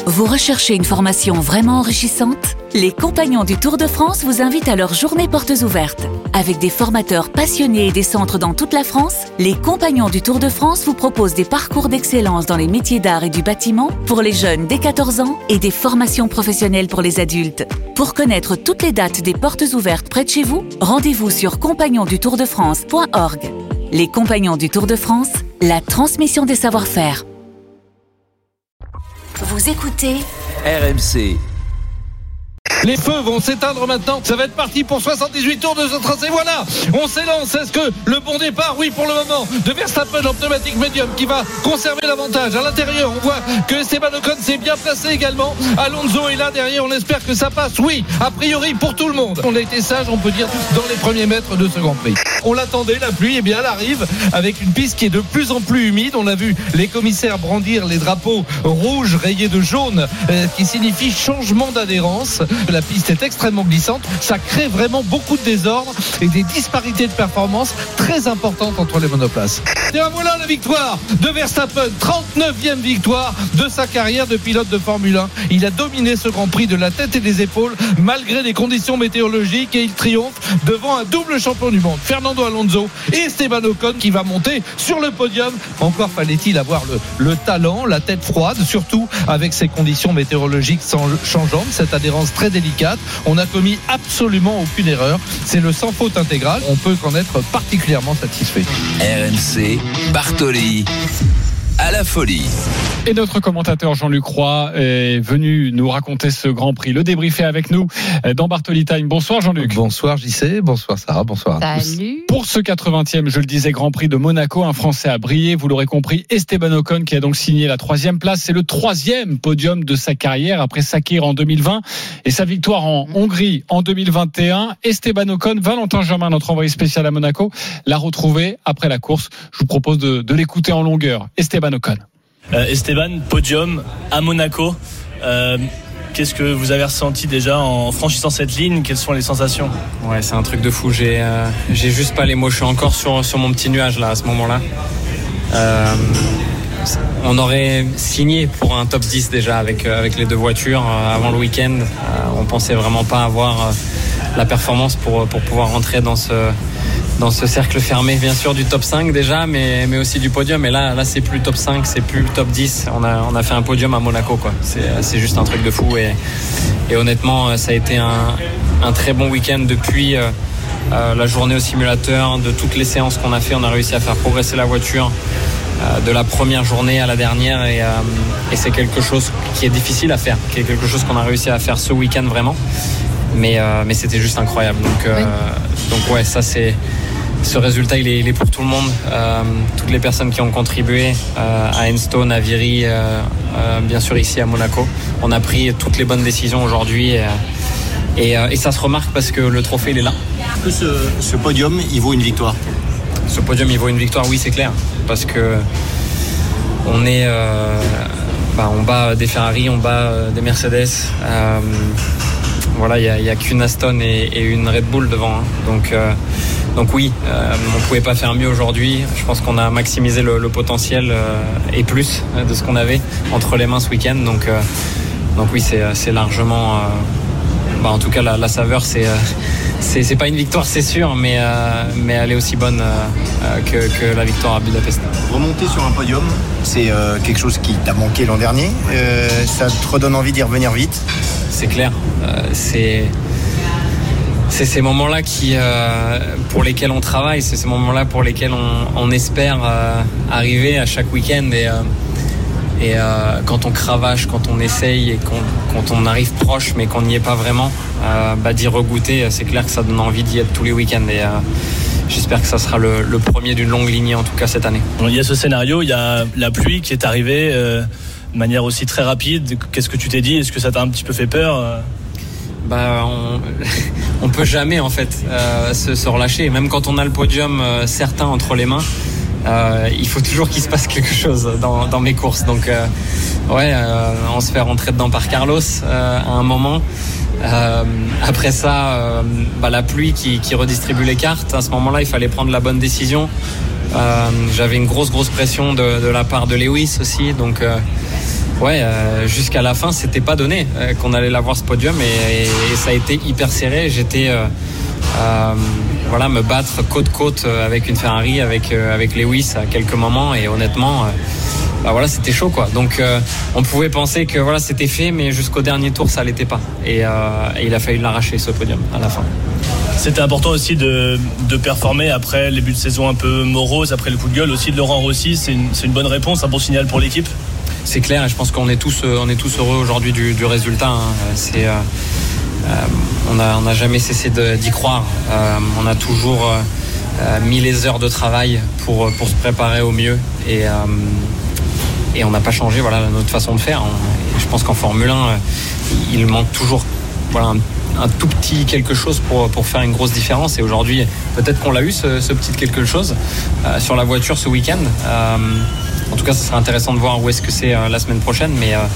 Vous recherchez une formation vraiment enrichissante ? Les Compagnons du Tour de France vous invitent à leur journée portes ouvertes. Avec des formateurs passionnés et des centres dans toute la France, les Compagnons du Tour de France vous proposent des parcours d'excellence dans les métiers d'art et du bâtiment pour les jeunes dès 14 ans et des formations professionnelles pour les adultes. Pour connaître toutes les dates des portes ouvertes près de chez vous, rendez-vous sur compagnonsdutourdefrance.org. Les Compagnons du Tour de France, la transmission des savoir-faire. Vous écoutez RMC. Les feux vont s'éteindre maintenant. Ça va être parti pour 78 tours de ce tracé. Voilà, on s'élance. Est-ce que le bon départ? Oui, pour le moment, de Verstappen en pneumatique médium qui va conserver l'avantage. À l'intérieur, on voit que Esteban Ocon s'est bien placé également. Alonso est là derrière. On espère que ça passe. Oui, a priori pour tout le monde. On a été sage, on peut dire, dans les premiers mètres de ce Grand Prix. On l'attendait, la pluie. Eh bien, elle arrive avec une piste qui est de plus en plus humide. On a vu les commissaires brandir les drapeaux rouges rayés de jaune qui signifie changement d'adhérence. La piste est extrêmement glissante, ça crée vraiment beaucoup de désordre et des disparités de performance très importantes entre les monoplaces. Et voilà la victoire de Verstappen, 39e victoire de sa carrière de pilote de Formule 1. Il a dominé ce Grand Prix de la tête et des épaules malgré les conditions météorologiques et il triomphe devant un double champion du monde, Fernando Alonso et Esteban Ocon qui va monter sur le podium. Encore fallait-il avoir le talent, la tête froide, surtout avec ces conditions météorologiques changeantes, cette adhérence très délicate. On n'a commis absolument aucune erreur. C'est le sans faute intégral. On peut qu'en être particulièrement satisfait. RMC, Bartoli à la folie. Et notre commentateur Jean-Luc Roy est venu nous raconter ce Grand Prix, le débriefer avec nous dans Bartoli Time. Bonsoir Jean-Luc. Bonsoir JC, bonsoir Sarah, bonsoir à tous. Salut. Pour ce 80e, je le disais, Grand Prix de Monaco, un Français a brillé, vous l'aurez compris, Esteban Ocon qui a donc signé la 3e place. C'est le 3e podium de sa carrière après Sakir en 2020 et sa victoire en Hongrie en 2021. Esteban Ocon, Valentin Germain, notre envoyé spécial à Monaco, l'a retrouvé après la course. Je vous propose de l'écouter en longueur. Esteban Ocon. Esteban, podium à Monaco. Qu'est-ce que vous avez ressenti déjà en franchissant cette ligne? Quelles sont les sensations? Ouais, c'est un truc de fou. J'ai juste pas les mots. Je suis encore sur mon petit nuage là à ce moment-là. On aurait signé pour un top 10 déjà avec les deux voitures avant le week-end. On pensait vraiment pas avoir la performance pour pouvoir rentrer dans ce cercle fermé, bien sûr, du top 5 déjà, mais aussi du podium. Et là c'est plus le top 5, c'est plus le top 10. On a fait un podium à Monaco, quoi. C'est juste un truc de fou. Et honnêtement, ça a été un très bon week-end depuis la journée au simulateur, de toutes les séances qu'on a fait. On a réussi à faire progresser la voiture de la première journée à la dernière. Et c'est quelque chose qui est difficile à faire, qui est quelque chose qu'on a réussi à faire ce week-end vraiment. Mais c'était juste incroyable. Donc ouais, ça c'est... Ce résultat, il est pour tout le monde. Toutes les personnes qui ont contribué à Enstone, à Viry, bien sûr ici à Monaco. On a pris toutes les bonnes décisions aujourd'hui et ça se remarque parce que le trophée, il est là. Est-ce que ce podium, il vaut une victoire? Ce podium, il vaut une victoire, oui, c'est clair. Parce que on est... on bat des Ferrari, on bat des Mercedes. Voilà, il n'y a qu'une Aston et une Red Bull devant. Donc oui, on ne pouvait pas faire mieux aujourd'hui. Je pense qu'on a maximisé le potentiel et plus de ce qu'on avait entre les mains ce week-end. Donc oui, c'est largement... en tout cas, la saveur, c'est pas une victoire, c'est sûr, mais elle est aussi bonne que la victoire à Budapest. Remonter sur un podium, c'est quelque chose qui t'a manqué l'an dernier. Ça te redonne envie d'y revenir vite? C'est clair. C'est ces moments-là pour lesquels on travaille, c'est ces moments-là pour lesquels on espère arriver à chaque week-end. Et quand on cravache, quand on essaye et quand on arrive proche mais qu'on n'y est pas vraiment, d'y regoûter, c'est clair que ça donne envie d'y être tous les week-ends. Et j'espère que ça sera le premier d'une longue lignée, en tout cas cette année. Il y a ce scénario, il y a la pluie qui est arrivée de manière aussi très rapide. Qu'est-ce que tu t'es dit? Est-ce que ça t'a un petit peu fait peur? On peut jamais en fait se relâcher. Même quand on a le podium certain entre les mains, il faut toujours qu'il se passe quelque chose dans mes courses. Donc on se fait rentrer dedans par Carlos à un moment. Après ça, la pluie qui redistribue les cartes. À ce moment-là, il fallait prendre la bonne décision. J'avais une grosse pression de la part de Lewis aussi. Donc Ouais, jusqu'à la fin, c'était pas donné qu'on allait l'avoir ce podium et ça a été hyper serré. J'étais me battre côte avec une Ferrari, avec Lewis à quelques moments et honnêtement, c'était chaud quoi. Donc on pouvait penser que c'était fait, mais jusqu'au dernier tour ça l'était pas et il a fallu l'arracher ce podium à la fin. C'était important aussi de performer après les buts de saison un peu moroses, après le coup de gueule aussi de Laurent Rossi. C'est une bonne réponse, un bon signal pour l'équipe. C'est clair et je pense qu'on est tous heureux aujourd'hui du résultat. On n'a jamais cessé d'y croire. On a toujours mis les heures de travail pour se préparer au mieux et on n'a pas changé notre façon de faire. Je pense qu'en Formule 1, il manque toujours un tout petit quelque chose pour faire une grosse différence et aujourd'hui peut-être qu'on l'a eu ce petit quelque chose sur la voiture ce week-end. En tout cas, ça serait intéressant de voir où est-ce que c'est la semaine prochaine.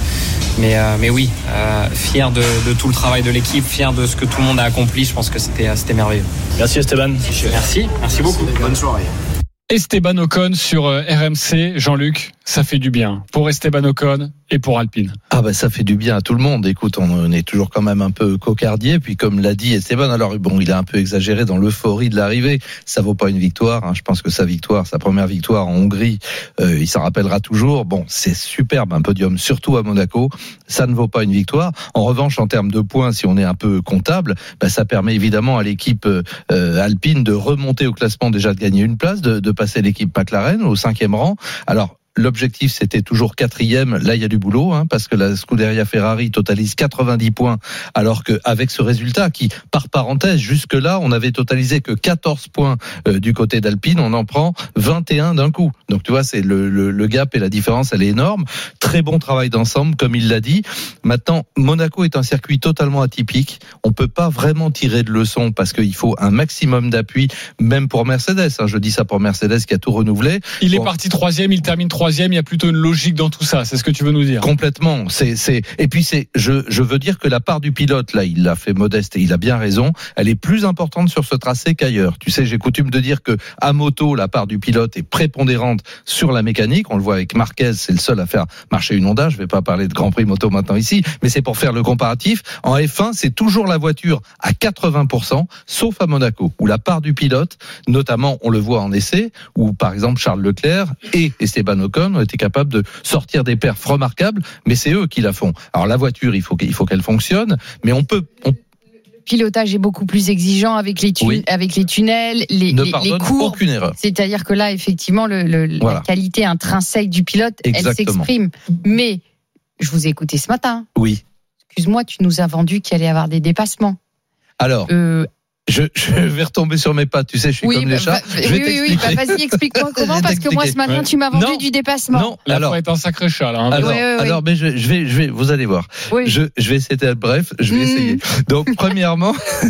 Mais oui, fier de tout le travail de l'équipe, fier de ce que tout le monde a accompli. Je pense que c'était merveilleux. Merci Esteban. Merci beaucoup. Bonne soirée. Esteban Ocon sur RMC. Jean-Luc, ça fait du bien pour Esteban Ocon et pour Alpine. Ça fait du bien à tout le monde. Écoute, on est toujours quand même un peu cocardier. Puis comme l'a dit Esteban, alors bon, il a un peu exagéré dans l'euphorie de l'arrivée. Ça vaut pas une victoire. Je pense que sa première victoire en Hongrie, il s'en rappellera toujours. Bon, c'est superbe un podium, surtout à Monaco. Ça ne vaut pas une victoire. En revanche, en termes de points, si on est un peu comptable, ça permet évidemment à l'équipe Alpine de remonter au classement, déjà de gagner une place, de passer l'équipe McLaren au 5e rang. Alors, l'objectif, c'était toujours 4e. Là, il y a du boulot, parce que la Scuderia Ferrari totalise 90 points, alors qu'avec ce résultat, qui, par parenthèse, jusque-là, on avait totalisé que 14 points du côté d'Alpine, on en prend 21 d'un coup. Donc, tu vois, c'est le gap et la différence, elle est énorme. Très bon travail d'ensemble, comme il l'a dit. Maintenant, Monaco est un circuit totalement atypique. On peut pas vraiment tirer de leçons parce qu'il faut un maximum d'appui, même pour Mercedes. Je dis ça pour Mercedes qui a tout renouvelé. Il est parti 3e, il termine 3e. Il y a plutôt une logique dans tout ça. C'est ce que tu veux nous dire? Complètement. Et puis je veux dire que la part du pilote, là, il l'a fait modeste et il a bien raison. Elle est plus importante sur ce tracé qu'ailleurs. Tu sais, j'ai coutume de dire que à moto, la part du pilote est prépondérante sur la mécanique. On le voit avec Marquez, c'est le seul à faire marcher une Honda. Je vais pas parler de Grand Prix moto maintenant ici, mais c'est pour faire le comparatif. En F1, c'est toujours la voiture à 80%, sauf à Monaco, où la part du pilote, notamment, on le voit en essai, où par exemple Charles Leclerc et Esteban Ocon ont été capables de sortir des perfs remarquables, mais c'est eux qui la font. Alors la voiture, il faut qu'elle fonctionne, mais on peut. Le pilotage est beaucoup plus exigeant avec les tunnels, les cours. Aucune erreur. C'est-à-dire que là, effectivement, la qualité intrinsèque du pilote, exactement, elle s'exprime. Mais je vous ai écouté ce matin. Oui. Excuse-moi, tu nous as vendu qu'il allait y avoir des dépassements. Alors. Je vais retomber sur mes pattes, tu sais, je suis comme les chats. Vas-y, explique-moi comment, parce que moi ce matin tu m'as vendu du dépassement. Non, alors est un sacré chat là. Alors, mais je vais, vous allez voir. Oui. Je vais essayer d'être bref, je vais essayer. Donc premièrement,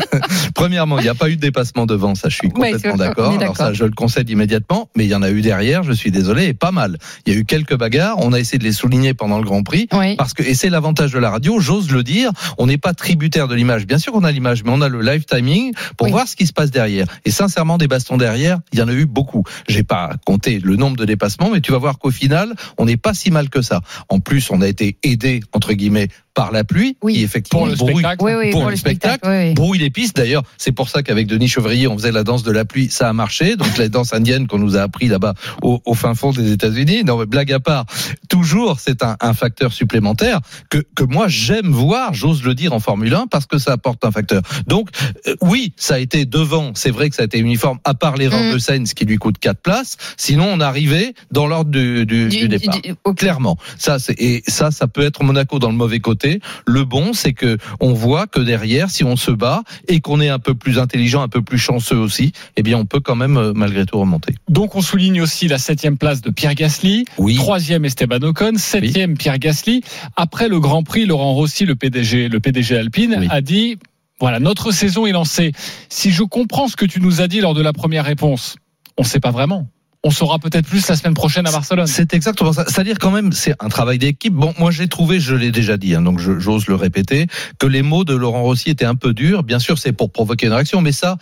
il n'y a pas eu de dépassement devant, ça je suis complètement d'accord. Alors ça, je le concède immédiatement, mais il y en a eu derrière, je suis désolé, et pas mal. Il y a eu quelques bagarres, on a essayé de les souligner pendant le Grand Prix, parce que, et c'est l'avantage de la radio, j'ose le dire, on n'est pas tributaire de l'image. Bien sûr qu'on a l'image, mais on a le live timing pour voir ce qui se passe derrière. Et sincèrement, des bastons derrière, il y en a eu beaucoup. J'ai pas compté le nombre de dépassements, mais tu vas voir qu'au final, on n'est pas si mal que ça. En plus, on a été aidé, entre guillemets, par la pluie, qui effectivement pour le spectacle, brouille les pistes. D'ailleurs, c'est pour ça qu'avec Denis Chevrier, on faisait la danse de la pluie, ça a marché. Donc la danse indienne qu'on nous a appris là-bas au fin fond des États-Unis. Non, mais blague à part, toujours c'est un facteur supplémentaire que moi j'aime voir, j'ose le dire en Formule 1, parce que ça apporte un facteur. Donc oui, ça a été devant. C'est vrai que ça a été uniforme, à part l'erreur de Sainz qui lui coûte 4 places. Sinon, on arrivait dans l'ordre du départ. Clairement, ça peut être Monaco dans le mauvais côté. Le bon, c'est que on voit que derrière, si on se bat et qu'on est un peu plus intelligent, un peu plus chanceux aussi, eh bien, on peut quand même malgré tout remonter. Donc, on souligne aussi la 7e place de Pierre Gasly, 3e Esteban Ocon, 7e Pierre Gasly. Après le Grand Prix, Laurent Rossi, le PDG Alpine, a dit, voilà, notre saison est lancée. Si je comprends ce que tu nous as dit lors de la première réponse, on ne sait pas vraiment. On saura peut-être plus la semaine prochaine à Barcelone. C'est exactement ça. C'est-à-dire quand même, c'est un travail d'équipe. Bon, moi j'ai trouvé, je l'ai déjà dit, donc j'ose le répéter, que les mots de Laurent Rossi étaient un peu durs. Bien sûr, c'est pour provoquer une réaction, mais ça,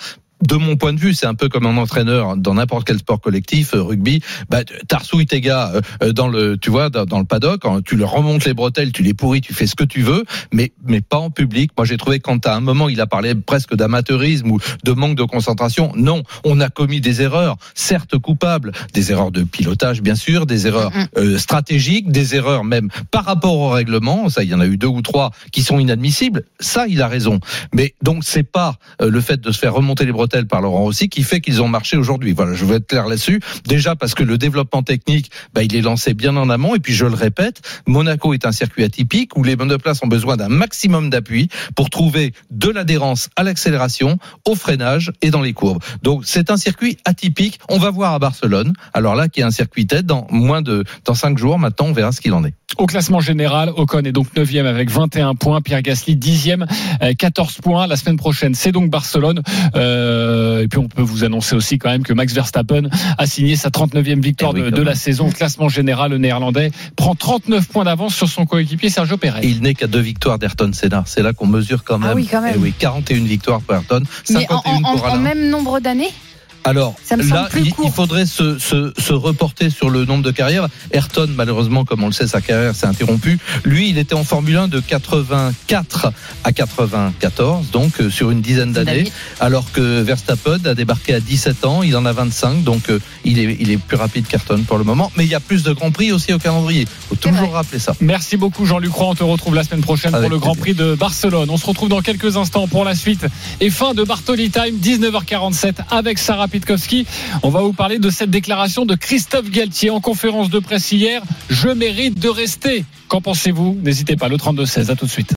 de mon point de vue, c'est un peu comme un entraîneur dans n'importe quel sport collectif, rugby. T'arsouilles tes gars dans le paddock, quand tu leur remontes les bretelles, tu les pourris, tu fais ce que tu veux, mais pas en public. Moi, j'ai trouvé quand à un moment il a parlé presque d'amateurisme ou de manque de concentration. Non, on a commis des erreurs, certes coupables, des erreurs de pilotage bien sûr, des erreurs stratégiques, des erreurs même par rapport au règlement. Ça, il y en a eu 2 ou 3 qui sont inadmissibles. Ça, il a raison. Mais donc c'est pas le fait de se faire remonter les bretelles par Laurent Rossi qui fait qu'ils ont marché aujourd'hui. Voilà, je veux être clair là-dessus. Déjà parce que le développement technique, il est lancé bien en amont. Et puis je le répète, Monaco est un circuit atypique où les monoplaces ont besoin d'un maximum d'appui pour trouver de l'adhérence à l'accélération, au freinage et dans les courbes. Donc c'est un circuit atypique. On va voir à Barcelone. Alors là, qui est un circuit tête dans 5 jours. Maintenant, on verra ce qu'il en est. Au classement général, Ocon est donc 9e avec 21 points, Pierre Gasly 10e, 14 points. La semaine prochaine, c'est donc Barcelone. Et puis on peut vous annoncer aussi quand même que Max Verstappen a signé sa 39e victoire de la saison. Au classement général, le Néerlandais prend 39 points d'avance sur son coéquipier Sergio Pérez. Et il n'est qu'à 2 victoires d'Ayrton Senna. C'est là qu'on mesure quand même. Ah oui, quand même. 41 victoires pour Ayrton, 51 pour Alain. En même nombre d'années ? Alors là, il faudrait se reporter sur le nombre de carrières. Ayrton, malheureusement, comme on le sait, sa carrière s'est interrompue. Lui, il était en Formule 1 de 84 à 94, donc sur une dizaine d'années, alors que Verstappen a débarqué à 17 ans, il en a 25, donc il est plus rapide qu'Ayrton pour le moment. Mais il y a plus de Grands Prix aussi au calendrier. Il faut toujours rappeler ça. Merci beaucoup Jean-Luc Roy, on te retrouve la semaine prochaine pour le Grand Prix de Barcelone. On se retrouve dans quelques instants pour la suite et fin de Bartoli Time, 19h47 avec Sarah Pitkowski. On va vous parler de cette déclaration de Christophe Galtier en conférence de presse hier. Je mérite de rester. Qu'en pensez-vous ? N'hésitez pas, le 32-16. À tout de suite.